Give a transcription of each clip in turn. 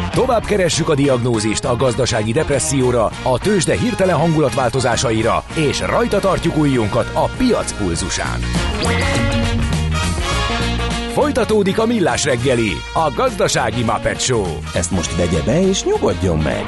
Tovább keressük a diagnózist a gazdasági depresszióra, a tőzsde hirtelen hangulatváltozásaira, és rajta tartjuk ujjunkat a piac pulzusán. Folytatódik a Millás reggeli, a gazdasági Muppet Show. Ezt most vegye be és nyugodjon meg!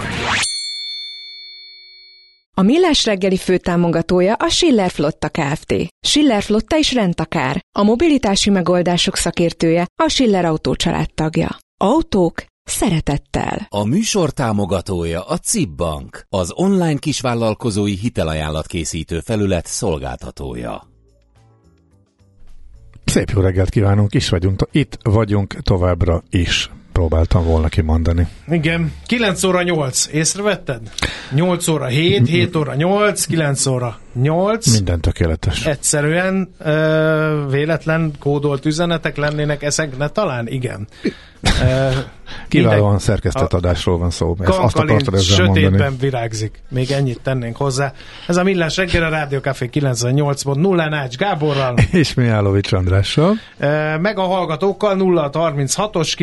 A Millás reggeli főtámogatója a Schiller Flotta Kft. Schiller Flotta is rendtakár. A mobilitási megoldások szakértője, a Schiller Autó család tagja. Autók szeretettel. A műsor támogatója a CIP Bank, az online kisvállalkozói hitelajánlatkészítő felület szolgáltatója. Szép jó reggelt kívánunk, itt vagyunk továbbra is. Próbáltam volna kimondani. Igen, 9 óra 8, észrevetted? 8 óra 7, 7 óra 8, 9 óra 8. Minden tökéletes. Egyszerűen véletlen kódolt üzenetek lennének ezeknek, talán igen. Kiválóan szerkesztett adásról van szó. Azt akartad ezzel mondani. Sötétben virágzik. Még ennyit tennénk hozzá. Ez a Millás reggel, a Rádió Café 98.0 Ács Gáborral. És Mihálovics Andrással. Meg a hallgatókkal 036-os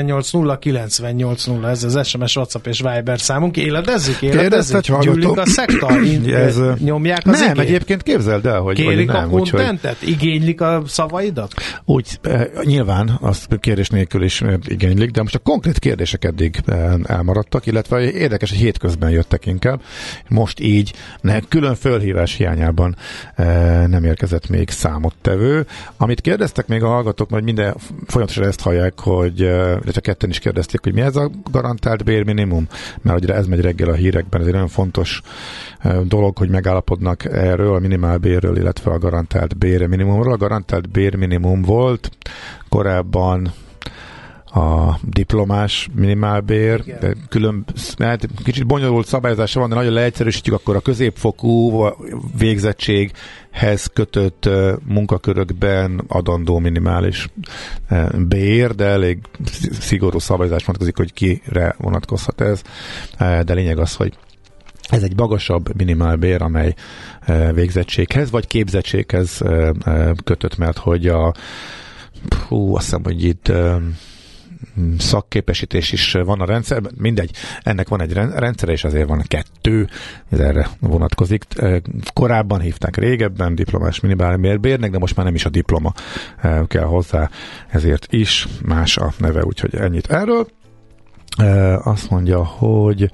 98.0 ez az SMS, WhatsApp és Viber számunk. Éledezzük? Gyűlik a szekta? Nyomják az Nem, egyébként képzeld el, hogy kérik nem, a kontentet? Igénylik a szavaidat? Úgy, nyilván, azt kérés nélkül is igénylik, de most a konkrét kérdések eddig elmaradtak, illetve érdekes, hogy hétközben jöttek inkább. Most így, külön fölhívás hiányában nem érkezett még számottevő. Amit kérdeztek még a hallgatók, majd minden folyamatosan ezt hallják, hogy illetve ketten is kérdezték, hogy mi ez a garantált bérminimum, mert ugye ez megy reggel a hírekben, ez egy nagyon fontos dolog, hogy megállapodnak erről, a minimálbérről, illetve a garantált bérminimumról. A garantált bérminimum volt korábban a diplomás minimálbér, mert kicsit bonyolult szabályozása van, de nagyon leegyszerűsítjük, akkor a középfokú végzettséghez kötött munkakörökben adandó minimális bér, de elég szigorú szabályozás vonatkozik, hogy kire vonatkozhat ez, de lényeg az, hogy ez egy magasabb minimálbér, amely végzettséghez vagy képzettséghez kötött, mert hogy azt hiszem, hogy itt szakképesítés is van a rendszerben, mindegy, ennek van egy rendszere, és azért van 2, ez erre vonatkozik. Korábban hívták régebben diplomás minimálbérnek, de most már nem is a diploma kell hozzá, ezért is más a neve, úgyhogy ennyit erről. Azt mondja, hogy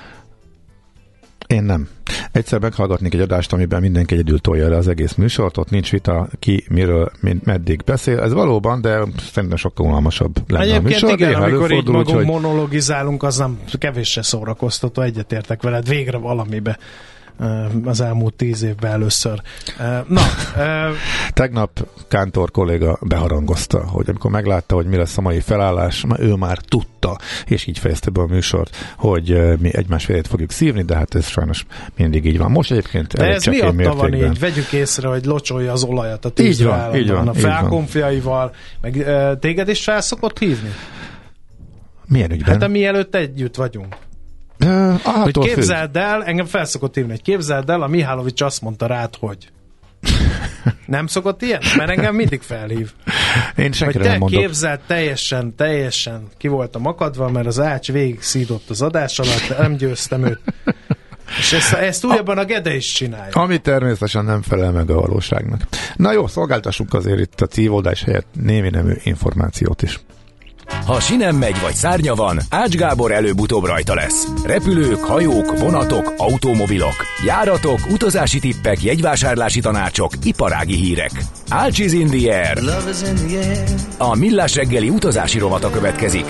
én nem. Egyszer meghallgatnék egy adást, amiben mindenki egyedül tolja le az egész műsort, ott nincs vita, ki miről, meddig beszél. Ez valóban, de szerintem sokkal unalmasabb lenne a műsor. Igen, amikor így magunk monologizálunk, az nem kevéssé szórakoztató, egyetértek veled, végre valamibe az elmúlt 10 évben először. Tegnap Kántor kolléga beharangozta, hogy amikor meglátta, hogy mi lesz a mai felállás, ő már tudta, és így fejezte be a műsort, hogy mi egymás félét fogjuk szívni, de hát ez sajnos mindig így van. Most egyébként de ez miatta van így, vegyük észre, hogy locsolja az olajat a tűzre állandóan, a felkonfiaival, meg téged is fel szokott hívni? Milyen ügyben? Hát mielőtt együtt vagyunk. Hogy képzeld el, engem felszokott írni, hogy képzeld el, a Mihálovics azt mondta rád, hogy nem szokott ilyen? Mert engem mindig felhív. Én senkire nem mondok. Képzeld, teljesen ki voltam akadva, mert az Ács végig szídott az adás alatt, nem győztem őt. És ezt újabban a Gede is csinálja. Ami természetesen nem felel meg a valóságnak. Na jó, szolgáltassunk azért itt a cívoldás helyett némi nemű információt is. Ha sinem megy vagy szárnya van, Ács Gábor előbb-utóbb rajta lesz. Repülők, hajók, vonatok, automobilok, járatok, utazási tippek, jegyvásárlási tanácsok, iparági hírek. Ács is in the air. A Millás reggeli utazási rovata következik.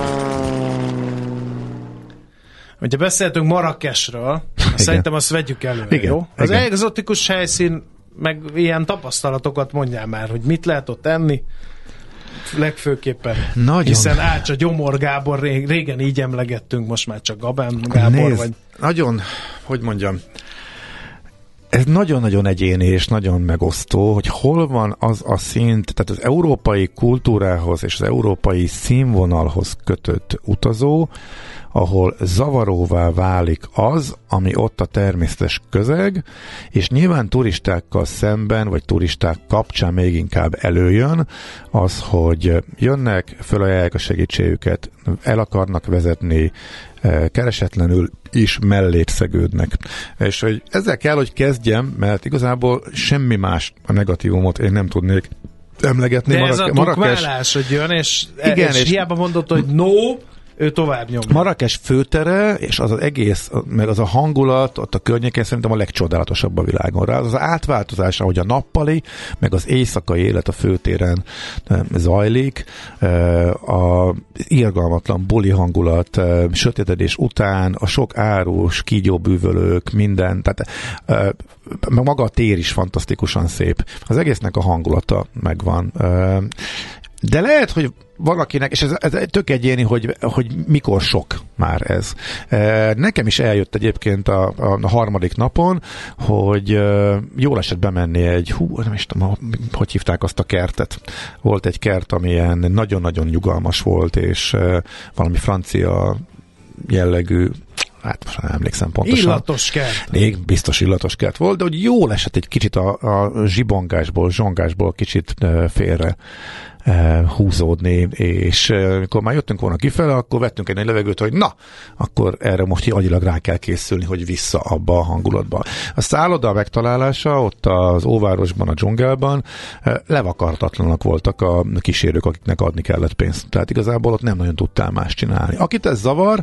Ugye beszéltünk Marrakesről, szerintem azt vegyük elő, igen, jó? Az egzotikus helyszín, meg ilyen tapasztalatokat mondjál már, hogy mit lehet ott enni, legfőképpen. Nagyon. Hiszen Ács a Gyomor Gábor, régen így emlegettünk, most már csak Gabán Gábor vagy. Nagyon, hogy mondjam, ez nagyon-nagyon egyéni és nagyon megosztó, hogy hol van az a szint, tehát az európai kultúrához és az európai színvonalhoz kötött utazó, ahol zavaróvá válik az, ami ott a természetes közeg, és nyilván turistákkal szemben, vagy turisták kapcsán még inkább előjön az, hogy jönnek, fölajánlják a segítségüket, el akarnak vezetni, keresetlenül is mellét szegődnek. És hogy ezzel kell, hogy kezdjem, mert igazából semmi más a negatívumot én nem tudnék emlegetni. De ez a tukmálás, hogy jön, és hiába mondott, hogy no, ő tovább nyomja. Marrakes főtere, és az egész, meg az a hangulat, ott a környéken szerintem a legcsodálatosabb a világon rá. Az átváltozás, ahogy a nappali, meg az éjszakai élet a főtéren zajlik, a irgalmatlan buli hangulat, sötétedés után, a sok árus, kígyóbűvölők, minden, tehát maga a tér is fantasztikusan szép. Az egésznek a hangulata megvan. De lehet, hogy valakinek, és ez tök egyéni, hogy mikor sok már ez. Nekem is eljött egyébként a harmadik napon, hogy jól esett bemenni nem is tudom, hogy hívták azt a kertet. Volt egy kert, amilyen nagyon-nagyon nyugalmas volt, és valami francia jellegű, hát most nem emlékszem pontosan. Illatos kert. Még biztos illatos kert volt, de hogy jól esett egy kicsit a zsibongásból, zsongásból kicsit félre húzódni, és amikor már jöttünk volna kifele, akkor vettünk egy nagy levegőt, hogy na, akkor erre most agyilag rá kell készülni, hogy vissza abba a hangulatba. A szálloda megtalálása ott az óvárosban, a dzsungelban levakartatlanak voltak a kísérők, akiknek adni kellett pénzt. Tehát igazából ott nem nagyon tudtál más csinálni. Akit ez zavar,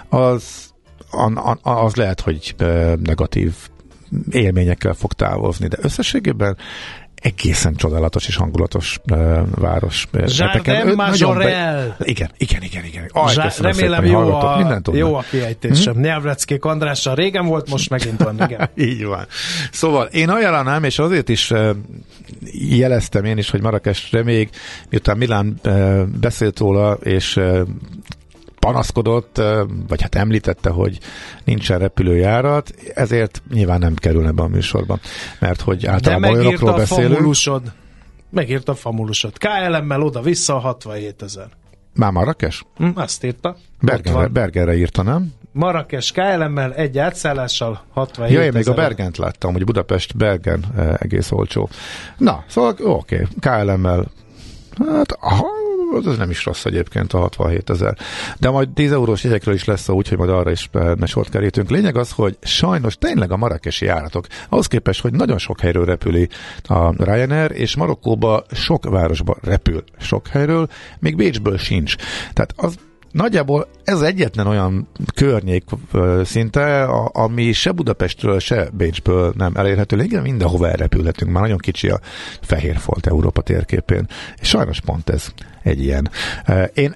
az lehet, hogy negatív élményekkel fog távozni, de összességében egészen csodálatos és hangulatos város. Jardin Majorel. Igen. Remélem jó a kiejtésem. Nyelvleckék Andrással régen volt, most megint van. Igen. Így van. Szóval én ajánlanám, és azért is jeleztem én is, hogy Marrakesre még, miután Milán beszélt róla, és panaszkodott, vagy hát említette, hogy nincsen repülőjárat, ezért nyilván nem kerülne be a műsorban. Mert hogy általában olyanokról beszélünk. Megírta a famulusod. KLM-mel oda-vissza 67 000. Már Marrakes? Azt írta. Bergenre írta, nem? Marrakes KLM-mel egy átszállással 67 000. Én még a Bergent láttam, hogy Budapest-Bergen egész olcsó. Na, szóval oké. KLM-mel hát az nem is rossz egyébként a 67 000. De majd 10 eurós jegyekről is lesz szó, úgyhogy majd arra is sort kerítünk. Lényeg az, hogy sajnos tényleg a marrakesi járatok, ahhoz képest, hogy nagyon sok helyről repüli a Ryanair, és Marokkóba sok városba repül sok helyről, még Bécsből sincs. Tehát az nagyjából ez egyetlen olyan környék szinte, ami se Budapestről, se Bécsből nem elérhető. Igen, mindenhova elrepülhetünk. Már nagyon kicsi a fehérfolt Európa térképén. És sajnos pont ez egy ilyen. Én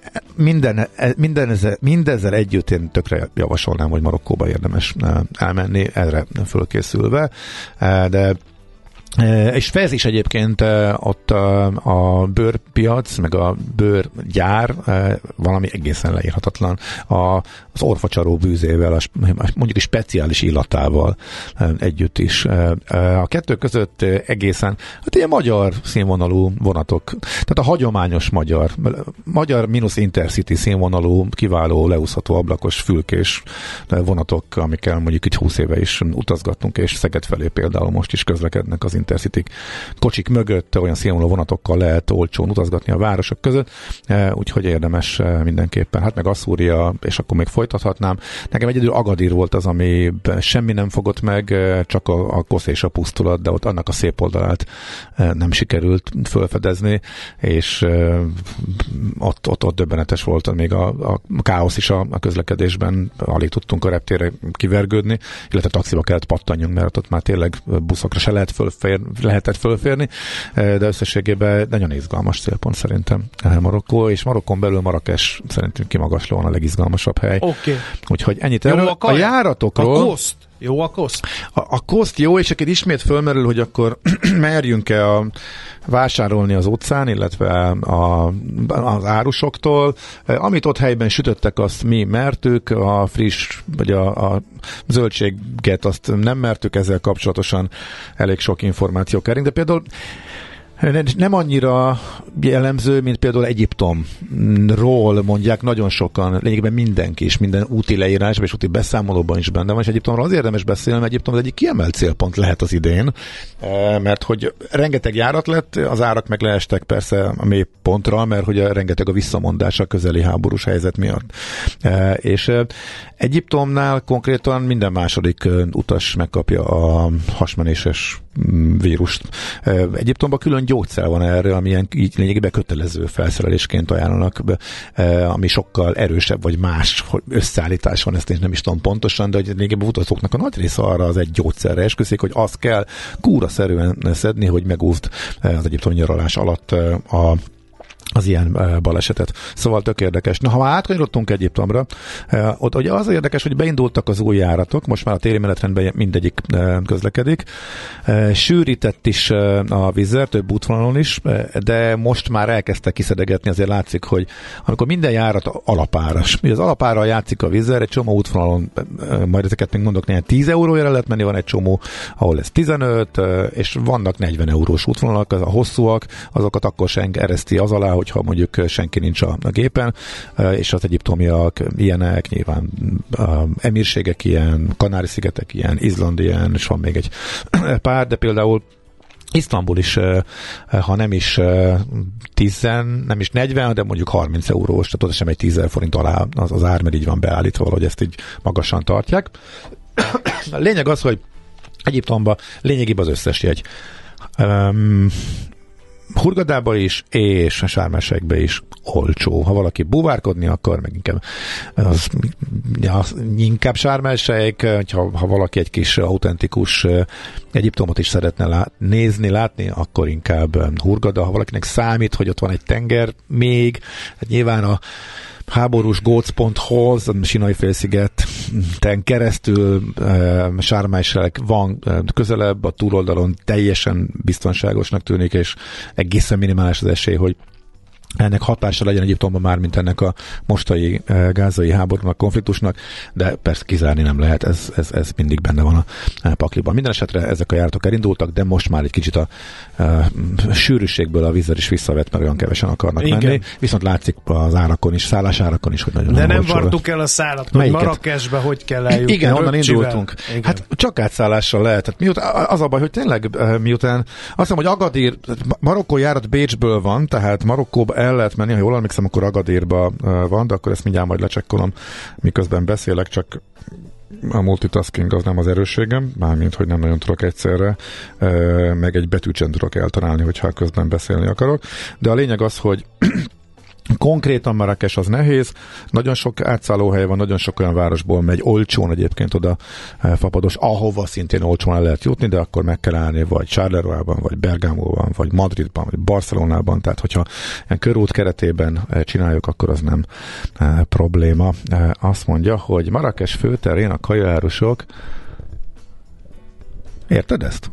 mindezzel együtt én tökre javasolnám, hogy Marokkóba érdemes elmenni, erre fölkészülve. De és Fez is egyébként ott a bőrpiac, meg a bőrgyár valami egészen leírhatatlan. Az orfacsaró bűzével, mondjuk is speciális illatával együtt is. A kettő között egészen, hát ilyen magyar színvonalú vonatok, tehát a hagyományos magyar mínusz Intercity színvonalú, kiváló, leúszható ablakos fülkés vonatok, amikkel mondjuk így 20 éve is utazgattunk, és Szeged felé például most is közlekednek az Intercity kocsik mögött, olyan színvonalú vonatokkal lehet olcsón utazgatni a városok között, úgyhogy érdemes mindenképpen. Hát meg Asszúria, és akkor még folytathatnám. Nekem egyedül Agadir volt az, ami semmi nem fogott meg, csak a kosz és a pusztulat, de ott annak a szép oldalát nem sikerült felfedezni, és ott döbbenetes volt még a káosz is a közlekedésben, alig tudtunk a reptérre kivergődni, illetve taxiba kellett pattanjunk, mert ott már tényleg buszokra se lehetett fölférni, de összességében nagyon izgalmas célpont szerintem Marokkó, és Marokkon belül Marrakes szerintem kimagaslóan a legizgalmasabb hely. Okay. Úgyhogy ennyit erről. A járatokról... A koszt Jó a koszt? A koszt jó, és akkor ismét fölmerül, hogy akkor merjünk-e vásárolni az utcán, illetve az árusoktól. Amit ott helyben sütöttek, azt mi mertük, a friss, vagy a zöldséget azt nem mertük, ezzel kapcsolatosan elég sok információ kering, de például nem annyira jellemző, mint például Egyiptomról mondják nagyon sokan, lényegében mindenki is, minden úti leírásban és úti beszámolóban is benne van, és Egyiptomról az érdemes beszélni, mert Egyiptom az egyik kiemelt célpont lehet az idén, mert hogy rengeteg járat lett, az árak meg leestek persze a mély pontra, mert hogy rengeteg a visszamondás a közeli háborús helyzet miatt. És Egyiptomnál konkrétan minden második utas megkapja a hasmenéses vírust. Egyiptomban külön gyógyszer van erre, amilyen így lényegében kötelező felszerelésként ajánlanak, ami sokkal erősebb, vagy más összeállítás van, ezt én nem is tudom pontosan, de hogy lényegében utazóknak a nagy része arra az egy gyógyszerre esküszik, hogy azt kell kúraszerűen szedni, hogy megúszd az egyiptomi nyaralás alatt az ilyen balesetet. Szóval tök érdekes. Na, ha már átkanyarodtunk Egyiptomra, ott ugye az érdekes, hogy beindultak az új járatok, most már a téli menetrendben mindegyik közlekedik. Sűrített is a Wizz Air, több útvonalon is, de most már elkezdtek kiszedegetni, azért látszik, hogy amikor minden járat alapáras. Ugye az alapára játszik a Wizz Air, egy csomó útvonalon, majd ezeket még mondok, néhány 10 euróra lehet menni, van egy csomó, ahol ez 15, és vannak 40 eurós útvonalak, a hosszúak, azokat akkor sem ereszti az alá, hogyha mondjuk senki nincs a gépen, és az egyiptomiak ilyenek, nyilván emírségek ilyen, Kanári-szigetek ilyen, Izland ilyen, és van még egy pár, de például Isztambul is, ha nem is 10, nem is 40, de mondjuk 30 eurós, tehát az sem egy 10 000 forint alá az ár, mert így van beállítva, valahogy ezt így magasan tartják. A lényeg az, hogy Egyiptomban lényegében az összes jegy. Hurgadába is, és a Sharm-el-Sheikbe is olcsó. Ha valaki buvárkodni akar, meg inkább Sharm-el-Sheik, ha valaki egy kis autentikus Egyiptomot is szeretne nézni, látni, akkor inkább Hurgada. Ha valakinek számít, hogy ott van egy tenger még, hát nyilván a háborús Gócz.hoz, a Sinai félszigeten keresztül Sharm-el-Sheik van közelebb, a túloldalon teljesen biztonságosnak tűnik, és egészen minimális az esély, hogy ennek hatása legyen Egyiptomban már, mint ennek a mostani gázai háborúnak, konfliktusnak, de persze kizárni nem lehet, ez mindig benne van a pakliban. Minden esetre ezek a járatok elindultak, de most már egy kicsit a sűrűségből a vízzel is visszavett, mert olyan kevesen akarnak menni. Viszont látszik az árakon is, szállásárakon is, hogy nagyon de nem vartuk el a szállat, hogy Marrakesbe hogy kell eljutni. Igen, onnan indultunk. Igen. Hát csak átszállással lehet. Hát miután, az a baj, hogy tényleg miután azt hiszem, hogy Agadir, Marokkó járat Bécsből van, tehát Marokkóba el lehet menni, ha jól emlékszem, akkor Agadírba van, de akkor ezt mindjárt majd lecsekkolom, miközben beszélek, csak a multitasking az nem az erősségem, mármint, hogy nem nagyon tudok egyszerre, meg egy betűt sem tudok eltalálni, hogyha közben beszélni akarok. De a lényeg az, hogy konkrétan Marrakes az nehéz, nagyon sok átszállóhely van, nagyon sok olyan városból megy olcsón egyébként oda Fapados, ahova szintén olcsón el lehet jutni, de akkor meg kell állni vagy Charleroi-ban, vagy Bergámóban, vagy Madridban, vagy Barcelonában, tehát hogyha ilyen körút keretében csináljuk, akkor az nem probléma. Azt mondja, hogy Marrakes főterén a kajaárusok, érted ezt?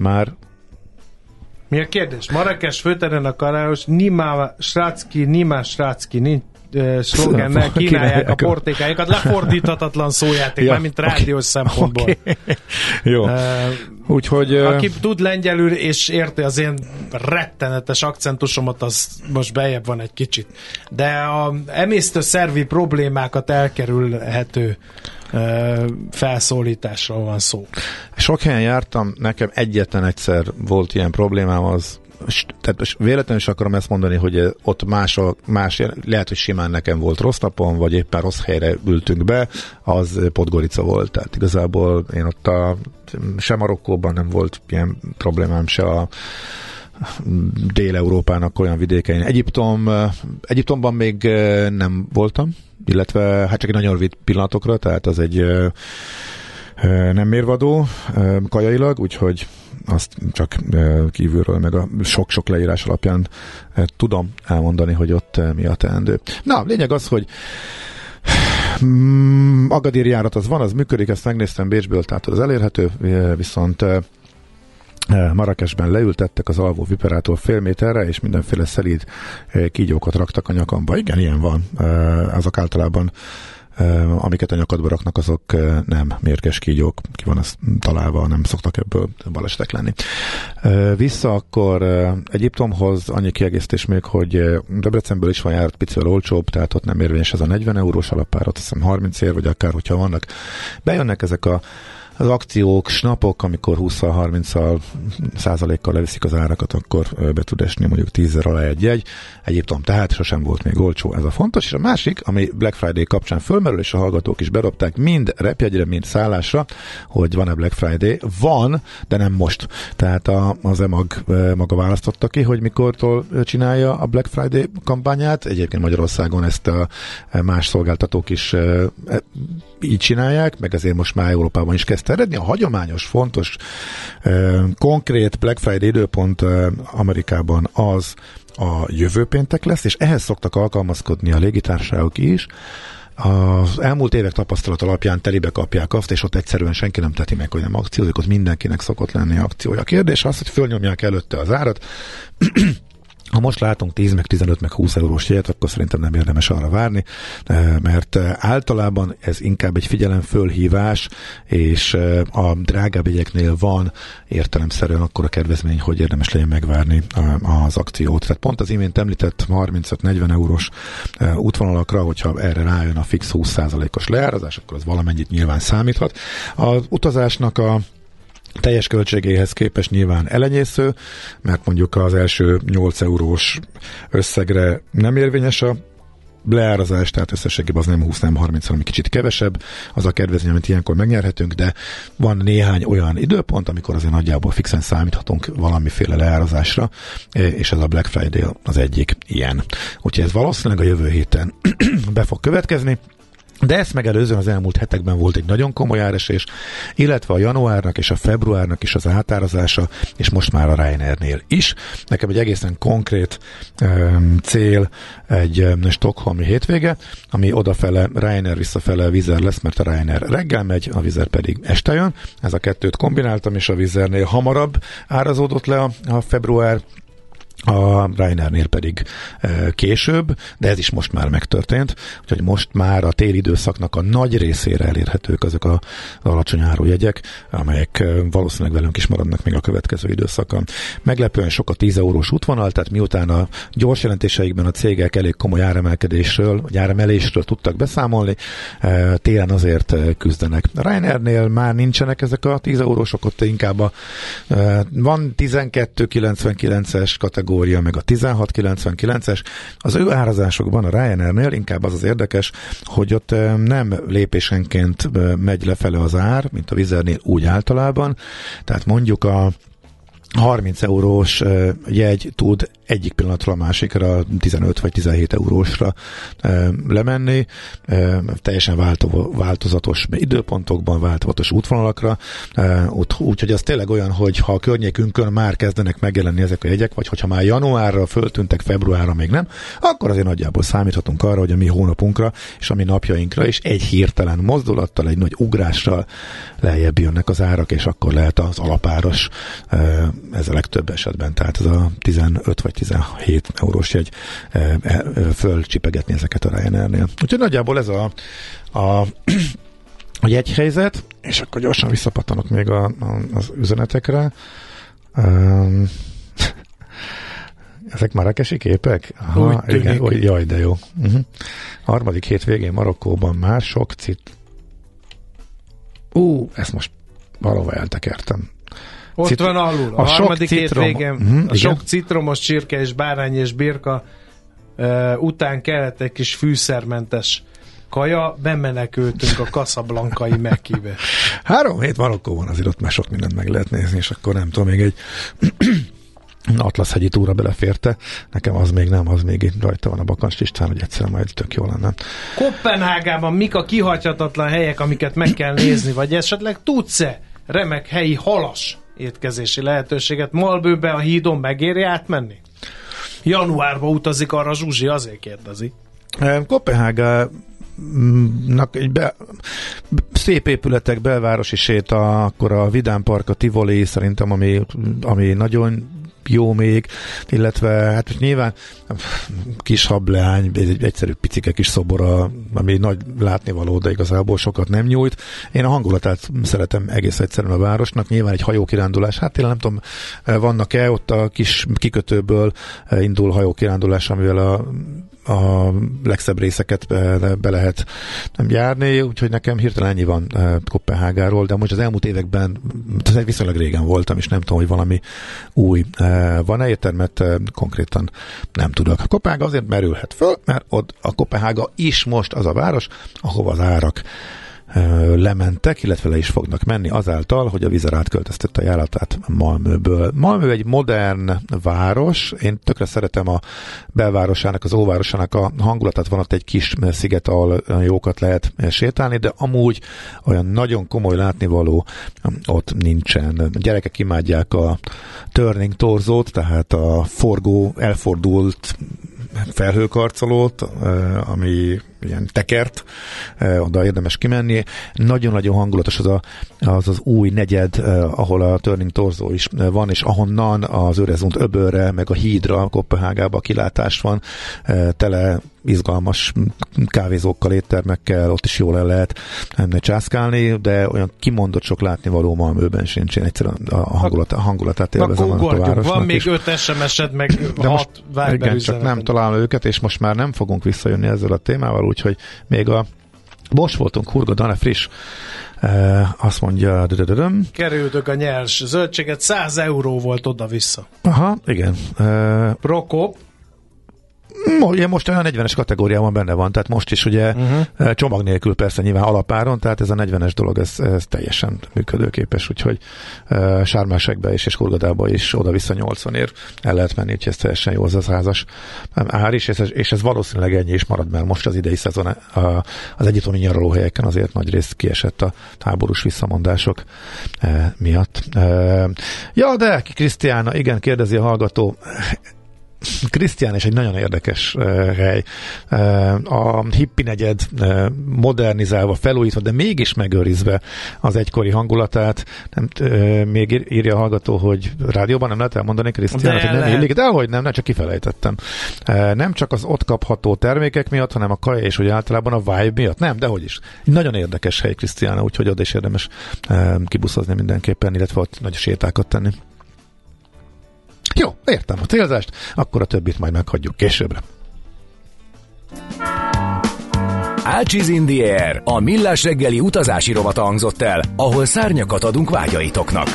Mi a kérdés? Marrakes főteren a karáros Nima Srácki nincs szlogennel kínálják a portékájukat, lefordíthatatlan szójáték, már mint rádiós szempontból. Okay. Jó. Úgyhogy... Aki tud lengyelül és érti az én rettenetes akcentusomat, az most bejebb van egy kicsit. De a emésztőszervi problémákat elkerülhető felszólításról van szó. Sok helyen jártam, nekem egyetlen egyszer volt ilyen problémám, az tehát véletlenül is akarom ezt mondani, hogy ott más, lehet, hogy simán nekem volt rossz napom, vagy éppen rossz helyre ültünk be, az Podgorica volt. Tehát igazából én ott se Marokkóban nem volt ilyen problémám, se a Dél-Európának olyan vidékein. Egyiptomban még nem voltam, illetve hát csak egy nagyon rövid pillanatokra, tehát az egy nem mérvadó kajailag, úgyhogy azt csak kívülről, meg a sok-sok leírás alapján tudom elmondani, hogy ott mi a teendő. Na, lényeg az, hogy Agadir járat az van, az működik, ezt megnéztem Bécsből, tehát az elérhető, viszont Marrakesben leültettek az alvó viperától fél méterre, és mindenféle szelíd kígyókat raktak a nyakamba. Igen, ilyen van. Azok általában, amiket a nyakadba raknak, azok nem mérges kígyók. Ki van az találva, nem szoktak ebből balesetek lenni. Vissza akkor Egyiptomhoz annyi kiegészítés még, hogy Debrecenből is van járat picivel olcsóbb, tehát ott nem érvényes ez a 40 eurós alapár, ott hiszem 30 ér, vagy akár, hogyha vannak. Bejönnek ezek az akciók, snapok, amikor 20-30%-kal leviszik az árakat, akkor be tud esni mondjuk 10 alá egy jegy. Egyiptom tehát sosem volt még olcsó, ez a fontos. És a másik, ami Black Friday kapcsán fölmerül, és a hallgatók is bedobták mind repjegyre, mind szállásra, hogy van-e Black Friday. Van, de nem most. Tehát az EMAG maga választotta ki, hogy mikortól csinálja a Black Friday kampányát. Egyébként Magyarországon ezt a más szolgáltatók is így csinálják, meg azért most már Európában is kezd terjedni. A hagyományos, fontos, konkrét Black Friday időpont Amerikában az a jövő péntek lesz, és ehhez szoktak alkalmazkodni a légitársaságok is. Az elmúlt évek tapasztalat alapján telibe kapják azt, és ott egyszerűen senki nem teti meg, hogy nem akciózik, ott mindenkinek szokott lenni akciója. A kérdés az, hogy fölnyomják előtte az árat. Ha most látunk 10, meg 15, meg 20 eurós jegyet, akkor szerintem nem érdemes arra várni, mert általában ez inkább egy figyelemfölhívás, és a drágább jegyeknél van értelemszerűen akkor a kedvezmény, hogy érdemes legyen megvárni az akciót. Tehát pont az imént említett 35-40 eurós útvonalakra, hogyha erre rájön a fix 20%-os leárazás, akkor az valamennyit nyilván számíthat. Az utazásnak a teljes költségéhez képest nyilván elenyésző, mert mondjuk az első 8 eurós összegre nem érvényes a leárazás, tehát összességében az nem 20, nem 30, hanem kicsit kevesebb, az a kedvezmény, amit ilyenkor megnyerhetünk, de van néhány olyan időpont, amikor azért nagyjából fixen számíthatunk valamiféle leárazásra, és ez a Black Friday az egyik ilyen. Úgyhogy ez valószínűleg a jövő héten be fog következni. De ezt megelőzően az elmúlt hetekben volt egy nagyon komoly áresés, illetve a januárnak és a februárnak is az átárazása, és most már a Ryanairnél is. Nekem egy egészen konkrét cél egy stockholmi hétvége, ami odafele Ryanair, visszafele Wizz Air lesz, mert a Ryanair reggel megy, a Wizz Air pedig este jön. Ez a kettőt kombináltam, és a Wizz Airnél hamarabb árazódott le a február, a Ryanairnél pedig később, de ez is most már megtörtént, úgyhogy most már a téli időszaknak a nagy részére elérhetők azok az alacsony áru jegyek, amelyek valószínűleg velünk is maradnak még a következő időszakon. Meglepően sok a 10 eurós útvonal, tehát miután a gyors jelentéseikben a cégek elég komoly áremelkedésről, vagy áremelésről tudtak beszámolni, télen azért küzdenek. A Ryanairnél már nincsenek ezek a 10 eurósok, ott inkább van 12,99-es kategória, meg a 16,99-es. Az ő árazásokban a Ryanairnél inkább az érdekes, hogy ott nem lépésenként megy lefele az ár, mint a Wizz Airnél úgy általában. Tehát mondjuk a 30 eurós jegy tud egyik pillanatról a másikra 15 vagy 17 eurósra lemenni, teljesen változatos időpontokban, változatos útvonalakra, úgyhogy az tényleg olyan, hogy ha a környékünkön már kezdenek megjelenni ezek a jegyek, vagy hogyha már januárra föltűntek, februárra még nem, akkor azért nagyjából számíthatunk arra, hogy a mi hónapunkra és a mi napjainkra is egy hirtelen mozdulattal, egy nagy ugrással lejjebb jönnek az árak, és akkor lehet az alapáros ez a legtöbb esetben, tehát ez a 15 vagy 17 eurós jegy fölcsipegetni ezeket a Ryanairnél. Úgyhogy nagyjából ez a jegyhelyzet, és akkor gyorsan visszapattanok még az üzenetekre. Ezek marrakesi képek? Aha, igen, jaj, de jó. Harmadik hétvégén Marokkóban már sok ezt most valahol eltekertem. Ott van alul. A harmadik hétvégén a sok citromos csirke és bárány és birka után kellett egy kis fűszermentes kaja, bemenekültünk a Casablancai Mekkibe. 3 hét Marokkóban azért ott már sok mindent meg lehet nézni, és akkor nem tudom, még egy Atlasz-hegyi túra beleférte. Nekem az még nem, az még rajta van a bakancs listán, hogy egyszer majd tök jó lenne. Koppenhágában mik a kihagyhatatlan helyek, amiket meg kell nézni, vagy esetleg tudsz-e remek helyi halas étkezési lehetőséget? Malbőbe a hídon megéri átmenni? Januárba utazik arra Zsuzsi, azért kérdezi. Koppenhága szép épületek, belvárosi séta, akkor a Vidám Park, a Tivoli szerintem, ami nagyon jó még, illetve hát nyilván kis hableány, egy egyszerű picike kis szobora, ami nagy látnivaló, de igazából sokat nem nyújt. Én a hangulatát szeretem egész egyszerűen a városnak, nyilván egy hajókirándulás, hát én nem tudom, vannak-e ott a kis kikötőből indul hajókirándulás, amivel a legszebb részeket be lehet járni, úgyhogy nekem hirtelen ennyi van Koppenhágáról, de most az elmúlt években viszonylag régen voltam, és nem tudom, hogy valami új van-e értelmet, konkrétan nem tudok. A Koppenhága azért merülhet föl, mert ott a Koppenhága is most az a város, ahova az árak lementek, illetve le is fognak menni azáltal, hogy a Wizz átköltöztette a járatát Malmöből. Malmö egy modern város, én tökre szeretem a belvárosának, az óvárosának a hangulatát, van ott egy kis sziget, ahol jókat lehet sétálni, de amúgy olyan nagyon komoly látnivaló ott nincsen. A gyerekek imádják a turning torzót, tehát a elfordult felhőkarcolót, ami ilyen tekert, oda érdemes kimenni. Nagyon-nagyon hangulatos az új negyed, ahol a Turning Torso is van, és ahonnan az Öresund öbölre, meg a hídra, Koppenhágába kilátás van, tele izgalmas kávézókkal, éttermekkel, ott is jól el lehet császkálni, de olyan kimondott sok látnivaló Malmöben sincs. Én egyszerűen a hangulatát élvezem a városnak. Van még 5 SMS-ed, meg 6 Viber igen, csak nem találom őket, és most már nem fogunk visszajönni ezzel a témával, úgyhogy még most voltunk Hurga Dane friss, azt mondja, kerültök a nyers zöldséget, 100 euró volt oda-vissza. Aha, igen. Prokop. Ugye most olyan 40-es kategóriában benne van, tehát most is ugye csomag nélkül persze nyilván alapáron, tehát ez a 40-es dolog, ez teljesen működőképes, úgyhogy Sármásekbe és Hurgadába is oda-vissza 80 ér el lehet menni, úgyhogy ez teljesen jó az a 100-as ár is, és ez valószínűleg ennyi is marad, mert most az idei szezon az egyiptomi nyaralóhelyeken azért nagy részt kiesett a háborús visszamondások miatt. Ja, de Krisztiána, igen, kérdezi a hallgató, Krisztián is egy nagyon érdekes hely. A hippi negyed modernizálva, felújítva, de mégis megőrizve az egykori hangulatát. Még írja a hallgató, hogy rádióban nem lehet elmondani, Krisztián, hogy nem illik, de ahogy nem, csak kifelejtettem. Nem csak az ott kapható termékek miatt, hanem a kaja és úgy általában a vibe miatt. Nem, de hogy is. Nagyon érdekes hely, Krisztián, úgyhogy oda is érdemes kibuszozni mindenképpen, illetve ott nagy sétákat tenni. Jó, értem a célzást, akkor a többit majd meghagyjuk későbbre. Ácsiz in the Air, a millás reggeli utazási rovata hangzott el, ahol szárnyakat adunk vágyaitoknak.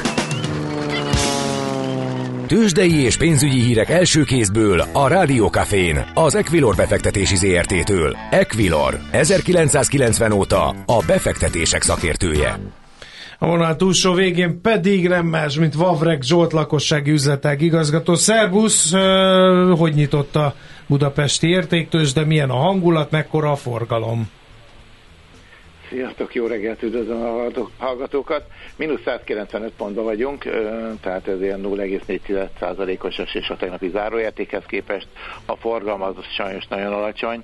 Tőzsdei és pénzügyi hírek első kézből a Rádió Cafén, az Equilor befektetési ZRT-től. Equilor, 1990 óta a befektetések szakértője. A vonal túlsó végén pedig nem más, mint Vavreg Zsolt, lakossági üzletág igazgató. Szerbusz, hogy nyitott a budapesti értéktőzsde, milyen a hangulat, mekkora a forgalom? Sziasztok, jó reggelt, üdvözlöm a hallgatókat. Mínusz 195 pontban vagyunk, tehát ez ilyen 0,4%-os és a tegnapi záróértékhez képest. A forgalom az sajnos nagyon alacsony,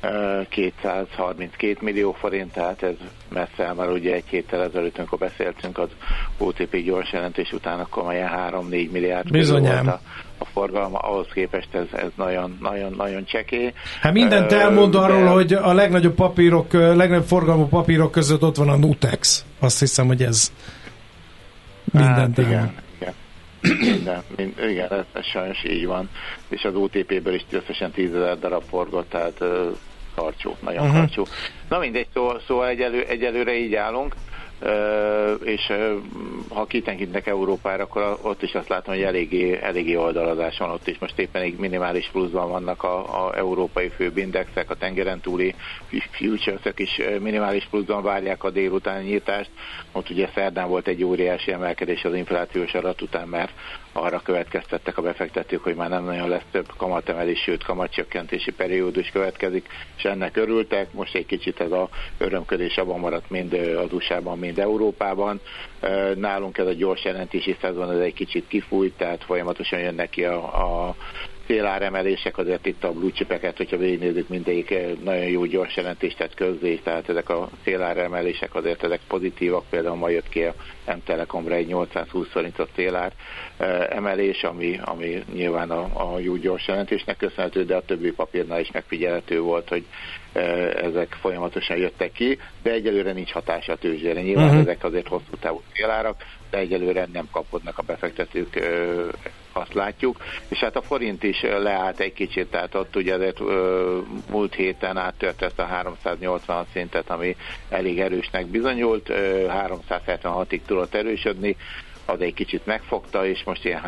232 millió forint, tehát ez messze már ugye egy héttel ezelőtt, amikor beszéltünk az OTP gyors jelentés után, akkor már 3-4 milliárd volt a forgalma, ahhoz képest ez nagyon csekély. Hát mindent elmond arról, hogy a legnagyobb forgalmú papírok között ott van a Nutex. Azt hiszem, hogy ez mindent elmond. Igen, ez sajnos így van. És az OTP-ből is összesen 10 000 darab forgott, tehát karcsú, nagyon karcsú. Na mindegy, szóval egyelőre így állunk. És ha kitekintek Európára, akkor ott is azt látom, hogy eléggé oldalazás van ott is. Most éppen egy minimális pluszban vannak a európai főbb indexek, a tengeren túli futures-ök is minimális pluszban várják a délutáni nyitást. Ott ugye szerdán volt egy óriási emelkedés az inflációs adat után, mert arra következtettek a befektetők, hogy már nem nagyon lesz több kamatemelés, sőt kamatcsökkentési periódus következik, és ennek örültek. Most egy kicsit ez a örömködés abban maradt mind az USA-ban, mind Európában. Nálunk ez a gyors jelentési szezon ez egy kicsit kifújt, tehát folyamatosan jönnek ki a széláremelések, azért itt a blue chipeket, hogyha végignézzük, mindegyik nagyon jó gyors jelentést tett közzé, tehát ezek a széláremelések azért ezek pozitívak, például ma jött ki a M-Telekomra egy 820 forintos szélár emelés, ami nyilván a jó gyors jelentésnek köszönhető, de a többi papírnál is megfigyelhető volt, hogy ezek folyamatosan jöttek ki, de egyelőre nincs hatása a tőzsdére. Nyilván ezek azért hosszú távú szélárak, de egyelőre nem kapodnak a befektetők, azt látjuk. És hát a forint is leállt egy kicsit, tehát ott ugye azért múlt héten áttört ezt a 386 szintet, ami elég erősnek bizonyult, 376-ig tudott erősödni, az egy kicsit megfogta, és most ilyen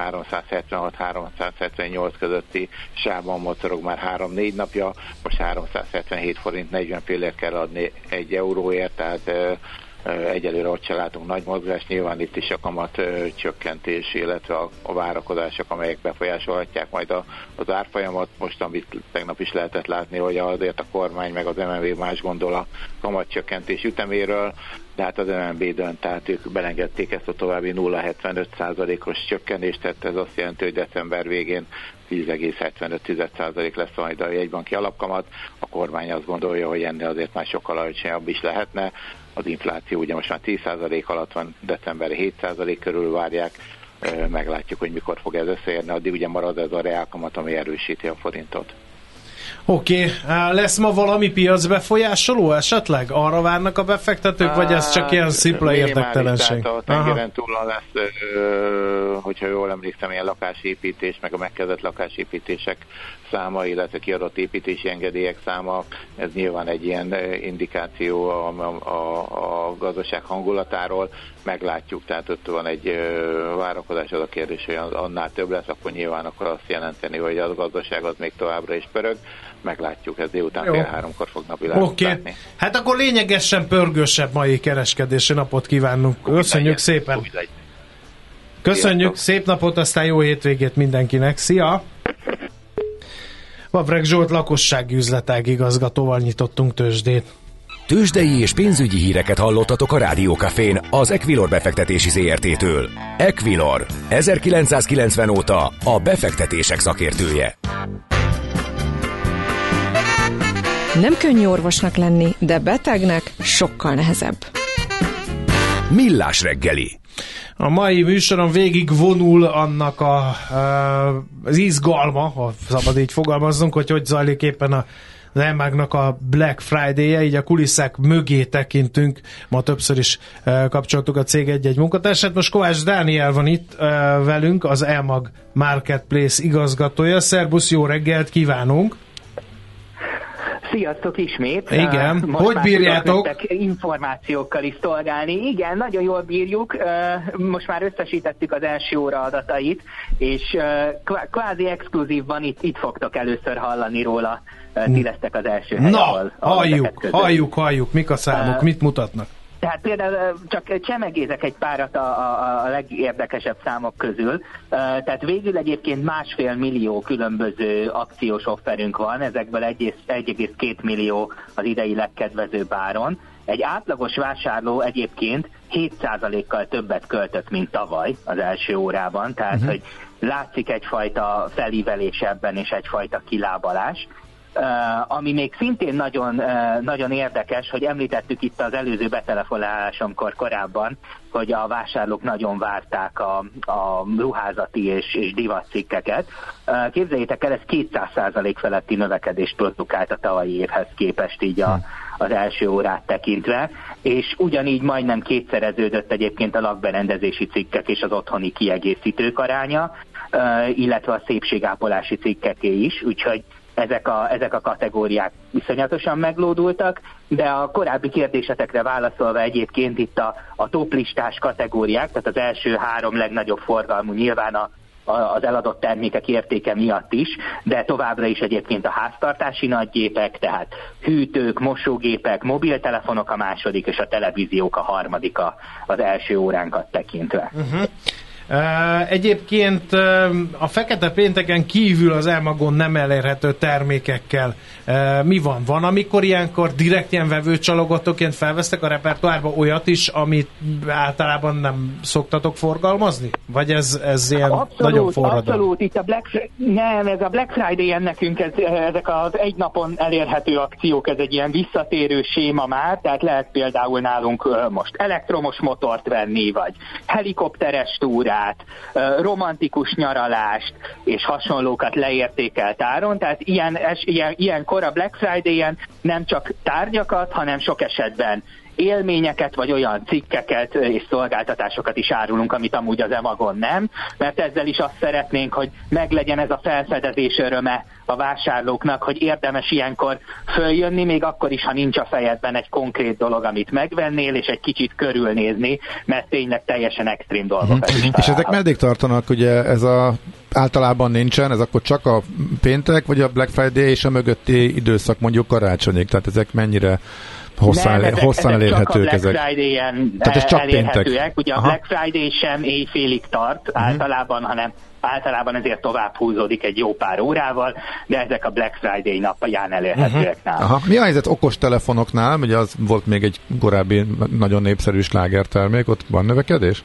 376-378 közötti sávban mozog már 3-4 napja, most 377 forint 40 fillért kell adni 1 euróért, tehát egyelőre ott se látunk nagy mozgást, nyilván itt is a kamat csökkentés, illetve a várakozások, amelyek befolyásolhatják majd az árfolyamat. Most, amit tegnap is lehetett látni, hogy azért a kormány meg az MNB más gondol a kamatcsökkentés üteméről, de hát az MNB dönt, tehát ők belengedték ezt a további 0,75%-os csökkenést, tehát ez azt jelenti, hogy december végén 10,75% lesz majd a jegybanki alapkamat. A kormány azt gondolja, hogy ennél azért már sokkal alacsonyabb is lehetne. Az infláció ugye most már 10% alatt van, decemberre 7% körül várják, meglátjuk, hogy mikor fog ez összeérni, addig ugye marad ez a reálkamat, ami erősíti a forintot. Oké. Lesz ma valami piacbefolyásoló esetleg? Arra várnak a befektetők, vagy ez csak ilyen szipla érdektelenség? Tehát a tengeren túlon lesz, hogyha jól emlékszem, ilyen lakásépítés, meg a megkezdett lakásépítések száma, illetve kiadott építési engedélyek száma, ez nyilván egy ilyen indikáció a gazdaság hangulatáról, meglátjuk, tehát ott van egy várakozás, az a kérdés, hogy annál több lesz, akkor nyilván akkor azt jelenteni, hogy a gazdaság az még továbbra is pörög, meglátjuk, ez délután 2-3-kor fog napvilágot látni. Hát akkor lényegesen pörgősebb mai kereskedési napot kívánunk. Köszönjük szépen! Köszönjük, szép napot, aztán jó hétvégét mindenkinek. Szia! Vavreg Zsolt lakossági üzletág igazgatóval nyitottunk tőzsdét. Tőzsdei és pénzügyi híreket hallottatok a Rádiókafén az Equilor befektetési ZRT-től. Equilor, 1990 óta a befektetések szakértője. Nem könnyű orvosnak lenni, de betegnek sokkal nehezebb. Millás reggeli. A mai műsoron végig vonul annak az izgalma, ha szabad így fogalmazzunk, hogy zajlik éppen az EMAG-nak a Black Friday-je, így a kulisszák mögé tekintünk. Ma többször is kapcsoltuk a cég egy-egy munkatársát. Most Kovács Dániel van itt velünk, az EMAG Marketplace igazgatója. Szerbusz, jó reggelt Sziasztok ismét! Igen, most hogy bírjátok? Információkkal is szolgálni. Igen, nagyon jól bírjuk. Most már összesítettük az első óra adatait, és kvázi exkluzívban itt fogtok először hallani róla. Ti lesztek az első helyen. Na, halljuk, mik a számok, mit mutatnak? Tehát például csak csemegézek egy párat a legérdekesebb számok közül. Tehát végül egyébként 1,5 millió különböző akciós offerünk van, ezekből 1,2 millió az idei legkedvezőbb áron. Egy átlagos vásárló egyébként 7%-kal többet költött, mint tavaly az első órában, tehát hogy látszik egyfajta felívelés ebben és egyfajta kilábalás. Ami még szintén nagyon, nagyon érdekes, hogy említettük itt az előző betelefonálásomkor korábban, hogy a vásárlók nagyon várták a ruházati és divatcikkeket. Képzeljétek el, ez 200% feletti növekedést produkált a tavalyi évhez képest így az első órát tekintve, és ugyanígy majdnem kétszereződött egyébként a lakberendezési cikkek és az otthoni kiegészítők aránya, illetve a szépségápolási cikkeké is, úgyhogy ezek a kategóriák iszonyatosan meglódultak, de a korábbi kérdésetekre válaszolva egyébként itt a toplistás kategóriák, tehát az első 3 legnagyobb forgalmú nyilván az eladott termékek értéke miatt is, de továbbra is egyébként a háztartási nagygépek, tehát hűtők, mosógépek, mobiltelefonok a második, és a televíziók a harmadik az első óránkat tekintve. Egyébként a fekete pénteken kívül az Elmagon nem elérhető termékekkel mi van? Van, amikor ilyenkor direkt ilyen vevőcsalogatóként felvesztek a repertoárba olyat is, amit általában nem szoktatok forgalmazni? Vagy ez ilyen abszolút, nagyon forradalom? Abszolút, itt ez a Black Friday-en nekünk ezek az egy napon elérhető akciók, ez egy ilyen visszatérő séma már, tehát lehet például nálunk most elektromos motort venni, vagy helikopteres túrát, romantikus nyaralást, és hasonlókat leértékelt áron, tehát ilyenkor a Black Friday-en nem csak tárgyakat, hanem sok esetben élményeket, vagy olyan cikkeket és szolgáltatásokat is árulunk, amit amúgy az Emagon nem, mert ezzel is azt szeretnénk, hogy meglegyen ez a felfedezés öröme a vásárlóknak, hogy érdemes ilyenkor följönni, még akkor is, ha nincs a fejedben egy konkrét dolog, amit megvennél, és egy kicsit körülnézni, mert tényleg teljesen extrém dolgokat is találhat. És ezek meddig tartanak, ugye ez általában nincsen, ez akkor csak a péntek, vagy a Black Friday és a mögötti időszak mondjuk karácsonyig, tehát ezek mennyire hosszan elérhetők ezek. Tehát ez csak elérhetőek. Ugye a Black Friday sem éjfélig tart általában ezért tovább húzódik egy jó pár órával, de ezek a Black Friday napján elérhetőek nálam. Mi a helyzet okostelefonoknál? Ugye az volt még egy korábbi nagyon népszerű slágertermék, ott van növekedés?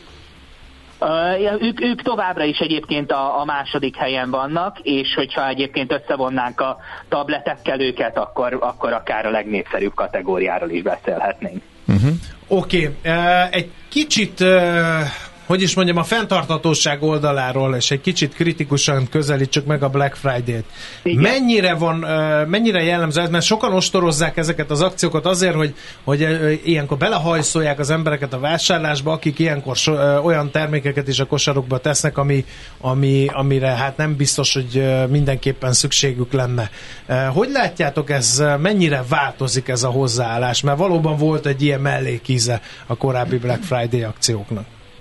Ők továbbra is egyébként a második helyen vannak, és hogyha egyébként összevonnánk a tabletekkel őket, akkor akár a legnépszerűbb kategóriáról is beszélhetnénk. Oké. Egy kicsit hogy is mondjam, a fenntarthatóság oldaláról, és egy kicsit kritikusan közelítsük meg a Black Friday-t. Mennyire jellemző ez? Mert sokan ostorozzák ezeket az akciókat azért, hogy ilyenkor belehajszolják az embereket a vásárlásba, akik ilyenkor olyan termékeket is a kosarukba tesznek, amire hát nem biztos, hogy mindenképpen szükségük lenne. Hogy látjátok, ez mennyire változik ez a hozzáállás? Mert valóban volt egy ilyen mellékíze a korábbi Black Friday akcióknak.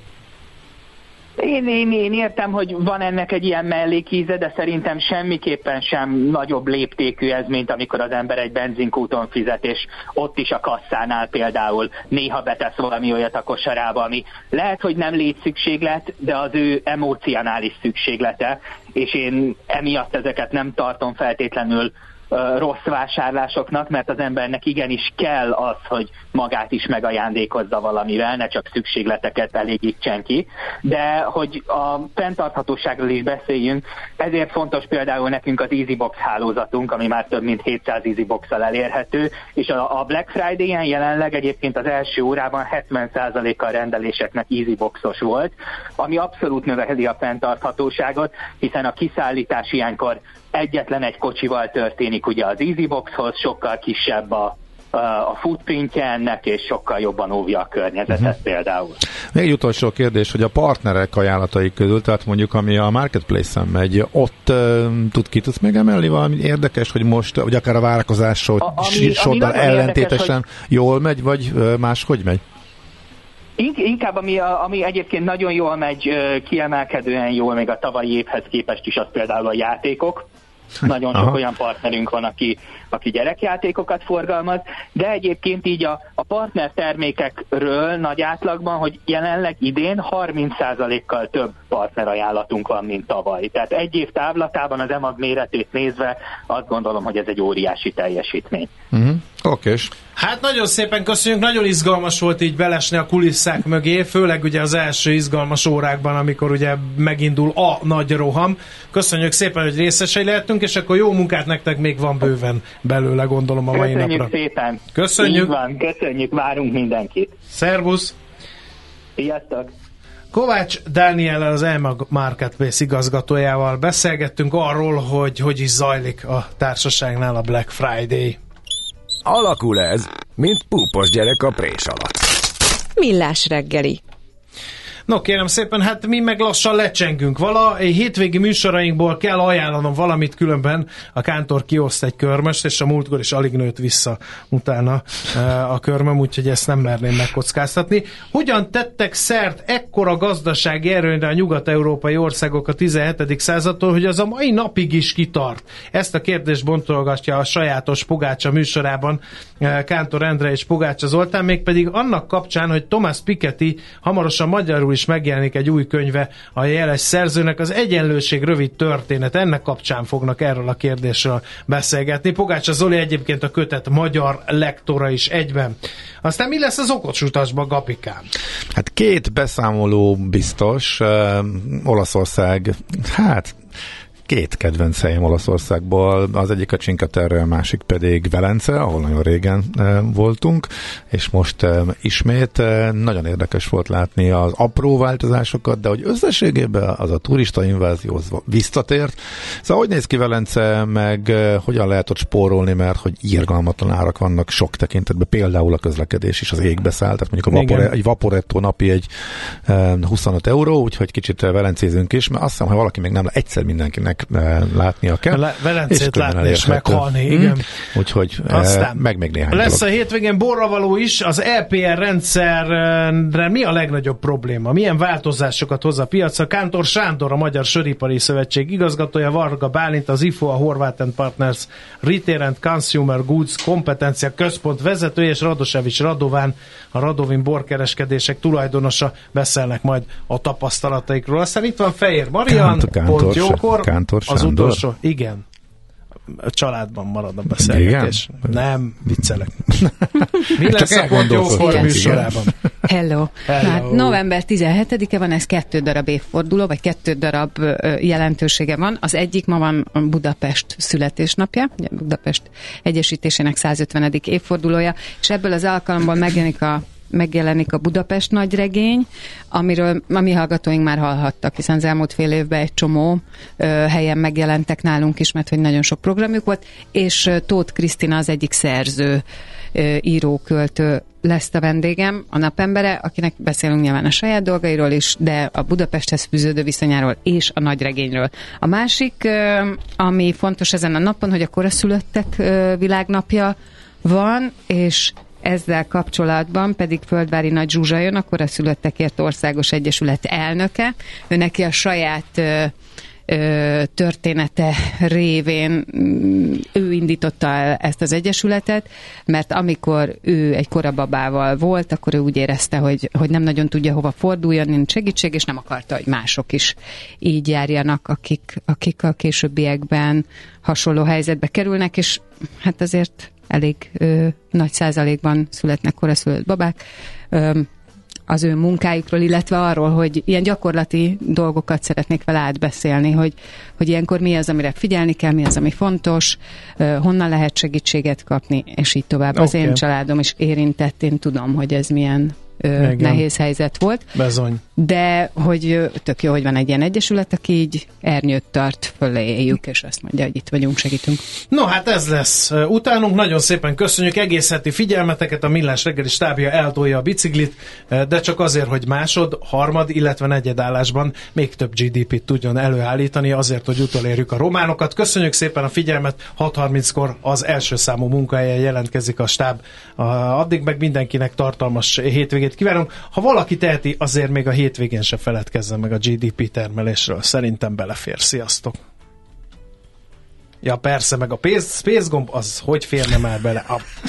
Én értem, hogy van ennek egy ilyen mellékíze, de szerintem semmiképpen sem nagyobb léptékű ez, mint amikor az ember egy benzinkúton fizet, és ott is a kasszánál például néha betesz valami olyat a kosarába, ami lehet, hogy nem létszükséglet, de az ő emocionális szükséglete, és én emiatt ezeket nem tartom feltétlenül rossz vásárlásoknak, mert az embernek igenis kell az, hogy magát is megajándékozza valamivel, ne csak szükségleteket elégítsen ki, de hogy a fenntarthatóságról is beszéljünk, ezért fontos például nekünk az EasyBox hálózatunk, ami már több mint 700 EasyBox-szal elérhető, és a Black Friday-en jelenleg egyébként az első órában 70%-a rendeléseknek EasyBox-os volt, ami abszolút növeli a fenntarthatóságot, hiszen a kiszállítás ilyenkor egyetlen egy kocsival történik ugye az EasyBoxhoz, sokkal kisebb a footprintje ennek, és sokkal jobban óvja a környezetet például. Még egy utolsó kérdés, hogy a partnerek ajánlatai közül, tehát mondjuk ami a Marketplace-en megy, ott ki tudsz még emelni valami érdekes, hogy most, vagy akár a várakozásoddal ellentétesen érdekes, jól megy, vagy máshogy megy? Inkább ami egyébként nagyon jól megy, kiemelkedően jól még a tavalyi évhez képest is, az például a játékok. Nagyon sok olyan partnerünk van, aki gyerekjátékokat forgalmaz, de egyébként így a partner termékekről nagy átlagban, hogy jelenleg idén 30%-kal több partnerajánlatunk van, mint tavaly. Tehát egy év távlatában az EMAG méretét nézve azt gondolom, hogy ez egy óriási teljesítmény. Okés. Hát nagyon szépen köszönjük, nagyon izgalmas volt így belesni a kulisszák mögé, főleg ugye az első izgalmas órákban, amikor ugye megindul a nagy roham. Köszönjük szépen, hogy részesei lehetünk, és akkor jó munkát nektek, még van bőven belőle, gondolom, a mai napra. Köszönjük szépen. Köszönjük. Így van, köszönjük, várunk mindenkit. Szervusz. Sziasztok. Kovács Dániellel, az EMAG Marketplace igazgatójával beszélgettünk arról, hogy is zajlik a társaságnál a Black Friday. Alakul ez, mint púpos gyerek a prés alatt. Millás reggeli. No kérem szépen, hát mi meg lassan lecsengünk. Hétvégi műsorainkból kell ajánlanom valamit, különben a Kántor kioszt egy körmöst, és a múltkor is alig nőtt vissza utána a körmöm, úgyhogy ezt nem merném megkockáztatni. Hogyan tettek szert ekkora gazdasági erőnyre a nyugat-európai országok a 17. századtól, hogy az a mai napig is kitart? Ezt a kérdést bontolgatja a sajátos Pogácsa műsorában Kántor Endre és Pogácsa Zoltán, mégpedig annak kapcsán, hogy Thomas Piketty hamarosan magyarul is megjelenik egy új könyve a jeles szerzőnek, az Egyenlőség rövid történet. Ennek kapcsán fognak erről a kérdésről beszélgetni. Pogácsa Zoli egyébként a kötet magyar lektora is egyben. Aztán mi lesz az okos utasban, Gabikám? Hát 2 beszámoló biztos. Olaszország, 2 kedvenc helyem Olaszországból, az egyik a Cinque Terre, a másik pedig Velence, ahol nagyon régen voltunk, és most ismét nagyon érdekes volt látni az apró változásokat, de hogy összességében az a turista invázió visszatért. Szóval hogy néz ki Velence, meg hogyan lehet ott spórolni, mert hogy irgalmatlan árak vannak sok tekintetben, például a közlekedés is az égbe száll, tehát mondjuk egy Vaporetto napi egy 25 euró, úgyhogy kicsit velencézünk is, mert azt hiszem, ha valaki még nem egyszer mindenkinek látnia kell. Velencét látni és meghalni, igen. Úgyhogy meg még néhány lesz dolog. A hétvégén borravaló is. Az EPR rendszerre mi a legnagyobb probléma? Milyen változásokat hoz a piacra? Kántor Sándor, a Magyar Söripari Szövetség igazgatója, Varga Bálint, az IFO, a Horváth & Partners Retail and Consumer Goods kompetencia központ vezetője, és Radosevics Radován, a Radovin borkereskedések tulajdonosa beszélnek majd a tapasztalataikról. Aztán itt van Fejér Marian, pont jókor. Az utolsó, igen. A családban marad a beszélgetés. Igen? Nem, viccelek. Mi lesz a pont jókor műsorában? Hello. Hát november 17-e van, ez 2 darab évforduló, vagy 2 darab jelentősége van. Az egyik ma van Budapest születésnapja, Budapest Egyesítésének 150. évfordulója, és ebből az alkalomból megjelenik a Budapest nagyregény, amiről a mi hallgatóink már hallhattak, hiszen az elmúlt fél évben egy csomó helyen megjelentek nálunk is, mert hogy nagyon sok programjuk volt, és Tóth Krisztina az egyik szerző, író, költő lesz a vendégem, a napembere, akinek beszélünk nyilván a saját dolgairól is, de a Budapesthez fűződő viszonyáról és a nagyregényről. A másik, ami fontos ezen a napon, hogy a koraszülöttek világnapja van, és ezzel kapcsolatban pedig Földvári Nagy Zsuzsa jön, a Koraszülöttekért Országos Egyesület elnöke. Ő neki a saját története révén ő indította el ezt az egyesületet, mert amikor ő egy korababával volt, akkor ő úgy érezte, hogy nem nagyon tudja hova forduljon, nincs segítség, és nem akarta, hogy mások is így járjanak, akik a későbbiekben hasonló helyzetbe kerülnek, és hát azért elég nagy százalékban születnek koraszülött babák, az ő munkájukról, illetve arról, hogy ilyen gyakorlati dolgokat szeretnék vele átbeszélni, hogy ilyenkor mi az, amire figyelni kell, mi az, ami fontos, honnan lehet segítséget kapni, és így tovább. Az én családom is érintett, én tudom, hogy ez milyen nehéz helyzet volt. Bezony. De hogy tök jó, hogy van egy ilyen egyesület, aki így ernyőt tart, föléljük, és azt mondja, hogy itt vagyunk, segítünk. No, hát ez lesz utánunk. Nagyon szépen köszönjük egész heti figyelmeteket. A Millás reggeli stábja eltolja a biciklit, de csak azért, hogy másod, harmad, illetve negyed állásban még több GDP-t tudjon előállítani, azért, hogy utolérjük a románokat. Köszönjük szépen a figyelmet. 6:30-kor az első számú munkahelyen jelentkezik a stáb. Addig meg mindenkinek tartalmas hétvégét kívánunk. Ha valaki teheti, azért még a hétvégén se feledkezzen meg a GDP termelésről. Szerintem belefér. Sziasztok! Ja, persze, meg a pénzgomb, az hogy férne már bele?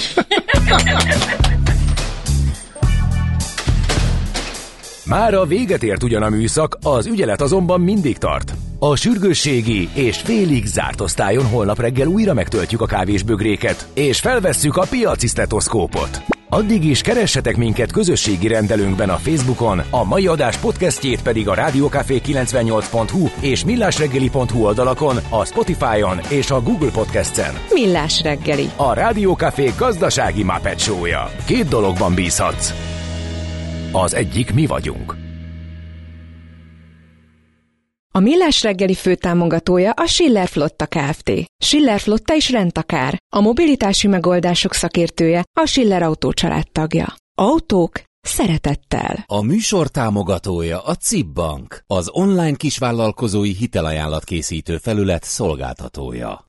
Mára véget ért ugyan a műszak, az ügyelet azonban mindig tart. A sürgősségi és félig zárt osztályon holnap reggel újra megtöltjük a kávésbögréket, és felvesszük a piaci sztetoszkópot. Addig is keressetek minket közösségi rendelőnkben a Facebookon, a mai adás podcastjét pedig a rádiókafé98.hu és millásreggeli.hu oldalakon, a Spotify-on és a Google Podcast-en. Millás reggeli. A Rádiókafé gazdasági Muppet show-ja. 2 dologban bízhatsz. Az egyik mi vagyunk. A Millás reggeli főtámogatója a Schiller Flotta Kft. Schiller Flotta is rendtakár. A mobilitási megoldások szakértője, a Schiller Autó családtagja. Autók szeretettel. A műsor támogatója a CIP Bank, az online kisvállalkozói hitelajánlatkészítő felület szolgáltatója.